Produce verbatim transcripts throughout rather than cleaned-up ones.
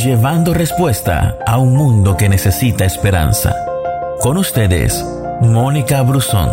llevando respuesta a un mundo que necesita esperanza. Con ustedes, Mónica Brusón.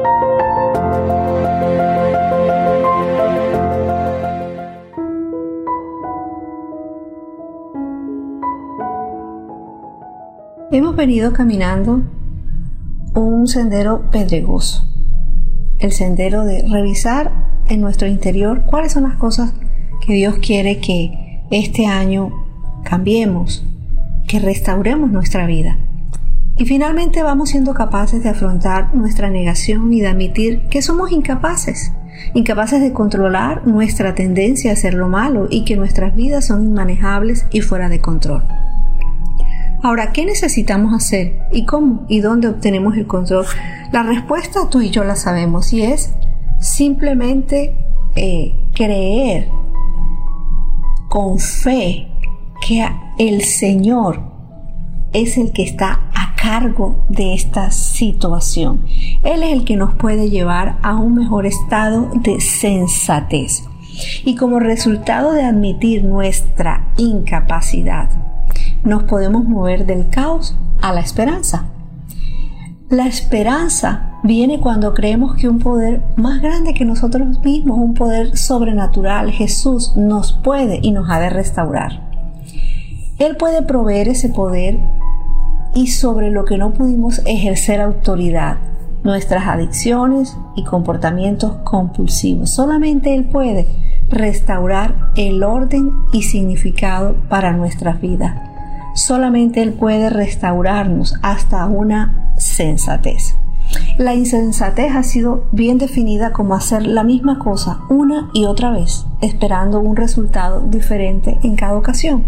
Hemos venido caminando un sendero pedregoso, el sendero de revisar en nuestro interior cuáles son las cosas que Dios quiere que este año cambiemos, que restauremos nuestra vida. Y finalmente vamos siendo capaces de afrontar nuestra negación y de admitir que somos incapaces, incapaces de controlar nuestra tendencia a hacer lo malo y que nuestras vidas son inmanejables y fuera de control. Ahora, ¿qué necesitamos hacer? ¿Y cómo? ¿Y dónde obtenemos el control? La respuesta tú y yo la sabemos y es simplemente eh, creer con fe que el Señor es el que está a cargo de esta situación. Él es el que nos puede llevar a un mejor estado de sensatez. Y como resultado de admitir nuestra incapacidad, nos podemos mover del caos a la esperanza. La esperanza viene cuando creemos que un poder más grande que nosotros mismos, un poder sobrenatural, Jesús, nos puede y nos ha de restaurar. Él puede proveer ese poder y sobre lo que no pudimos ejercer autoridad, nuestras adicciones y comportamientos compulsivos. Solamente Él puede restaurar el orden y significado para nuestras vidas. Solamente Él puede restaurarnos hasta una sensatez. La insensatez ha sido bien definida como hacer la misma cosa una y otra vez, esperando un resultado diferente en cada ocasión.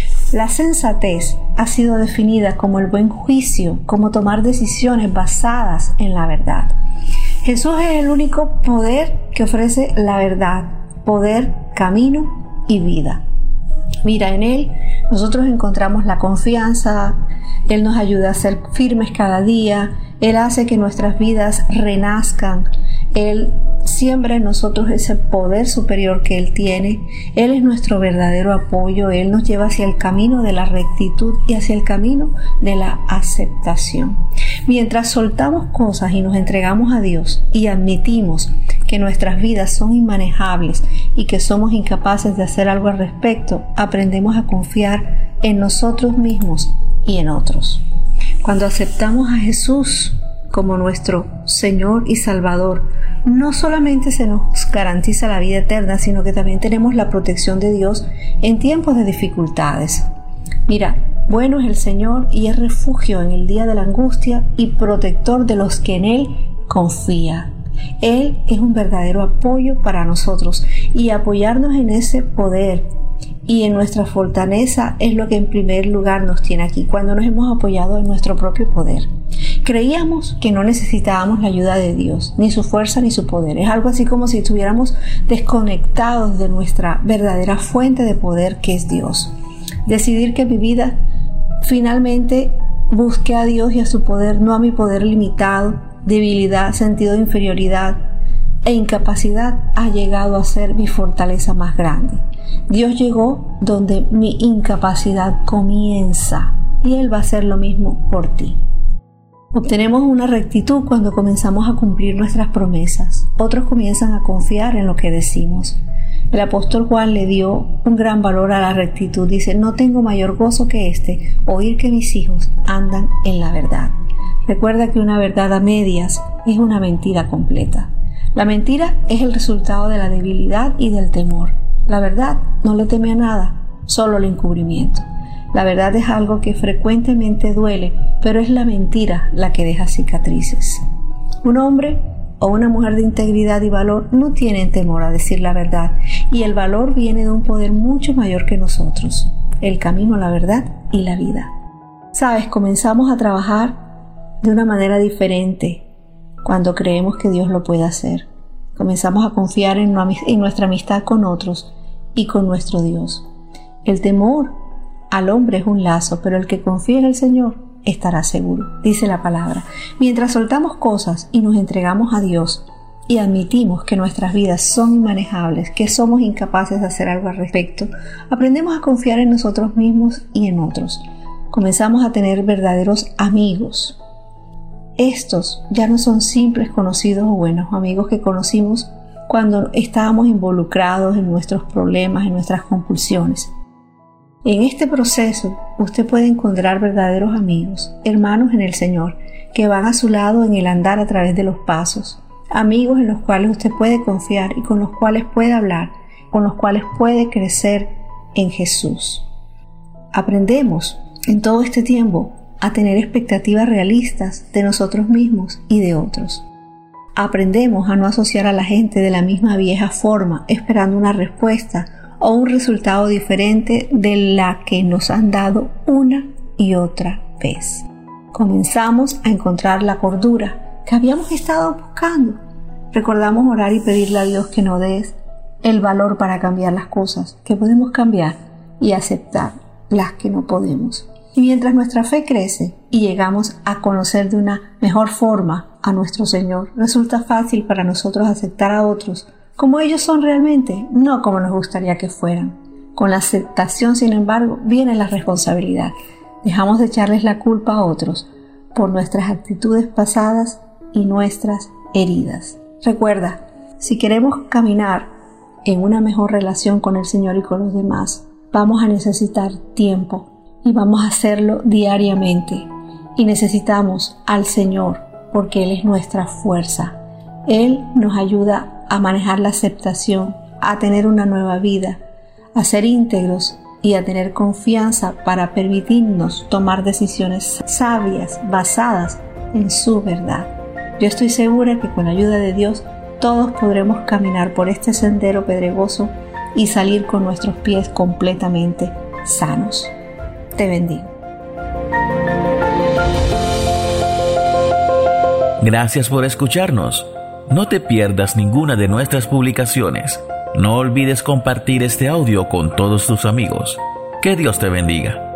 La sensatez ha sido definida como el buen juicio, como tomar decisiones basadas en la verdad. Jesús es el único poder que ofrece la verdad, poder, camino y vida. Mira, en Él nosotros encontramos la confianza, Él nos ayuda a ser firmes cada día, Él hace que nuestras vidas renazcan, Él siembra en nosotros ese poder superior que Él tiene, Él es nuestro verdadero apoyo, Él nos lleva hacia el camino de la rectitud y hacia el camino de la aceptación. Mientras soltamos cosas y nos entregamos a Dios y admitimos que nuestras vidas son inmanejables y que somos incapaces de hacer algo al respecto, aprendemos a confiar en nosotros mismos y en otros. Cuando aceptamos a Jesús como nuestro Señor y Salvador, no solamente se nos garantiza la vida eterna, sino que también tenemos la protección de Dios en tiempos de dificultades. Mira, bueno es el Señor y es refugio en el día de la angustia y protector de los que en Él confían. Él es un verdadero apoyo para nosotros y apoyarnos en ese poder y en nuestra fortaleza es lo que en primer lugar nos tiene aquí, cuando nos hemos apoyado en nuestro propio poder. Creíamos que no necesitábamos la ayuda de Dios, ni su fuerza ni su poder. Es algo así como si estuviéramos desconectados de nuestra verdadera fuente de poder que es Dios. Decidir que mi vida finalmente busque a Dios y a su poder, no a mi poder limitado, debilidad, sentido de inferioridad e incapacidad, ha llegado a ser mi fortaleza más grande. Dios llegó donde mi incapacidad comienza y Él va a hacer lo mismo por ti. Obtenemos una rectitud cuando comenzamos a cumplir nuestras promesas. Otros comienzan a confiar en lo que decimos. El apóstol Juan le dio un gran valor a la rectitud. Dice, no tengo mayor gozo que este, oír que mis hijos andan en la verdad. Recuerda que una verdad a medias es una mentira completa. La mentira es el resultado de la debilidad y del temor. La verdad no le teme a nada, solo al encubrimiento. La verdad es algo que frecuentemente duele, pero es la mentira la que deja cicatrices. Un hombre o una mujer de integridad y valor no tienen temor a decir la verdad, y el valor viene de un poder mucho mayor que nosotros, el camino a la verdad y la vida. Sabes, comenzamos a trabajar de una manera diferente cuando creemos que Dios lo puede hacer. Comenzamos a confiar en nuestra amistad con otros y con nuestro Dios. El temor al hombre es un lazo, pero el que confía en el Señor estará seguro, dice la palabra. Mientras soltamos cosas y nos entregamos a Dios, y admitimos que nuestras vidas son inmanejables, que somos incapaces de hacer algo al respecto, aprendemos a confiar en nosotros mismos y en otros. Comenzamos a tener verdaderos amigos. Estos ya no son simples conocidos o buenos amigos que conocimos cuando estábamos involucrados en nuestros problemas, en nuestras compulsiones. En este proceso, usted puede encontrar verdaderos amigos, hermanos en el Señor, que van a su lado en el andar a través de los pasos. Amigos en los cuales usted puede confiar y con los cuales puede hablar, con los cuales puede crecer en Jesús. Aprendemos en todo este tiempo a tener expectativas realistas de nosotros mismos y de otros. Aprendemos a no asociar a la gente de la misma vieja forma, esperando una respuesta o un resultado diferente de la que nos han dado una y otra vez. Comenzamos a encontrar la cordura que habíamos estado buscando. Recordamos orar y pedirle a Dios que nos dé el valor para cambiar las cosas que podemos cambiar y aceptar las que no podemos. Y mientras nuestra fe crece y llegamos a conocer de una mejor forma a nuestro Señor, resulta fácil para nosotros aceptar a otros como ellos son realmente, no como nos gustaría que fueran. Con la aceptación, sin embargo, viene la responsabilidad. Dejamos de echarles la culpa a otros por nuestras actitudes pasadas y nuestras heridas. Recuerda, si queremos caminar en una mejor relación con el Señor y con los demás, vamos a necesitar tiempo y vamos a hacerlo diariamente. Y necesitamos al Señor porque Él es nuestra fuerza. Él nos ayuda a manejar la aceptación, a tener una nueva vida, a ser íntegros y a tener confianza para permitirnos tomar decisiones sabias basadas en su verdad. Yo estoy segura que con la ayuda de Dios todos podremos caminar por este sendero pedregoso y salir con nuestros pies completamente sanos. Te bendigo. Gracias por escucharnos. No te pierdas ninguna de nuestras publicaciones. No olvides compartir este audio con todos tus amigos. Que Dios te bendiga.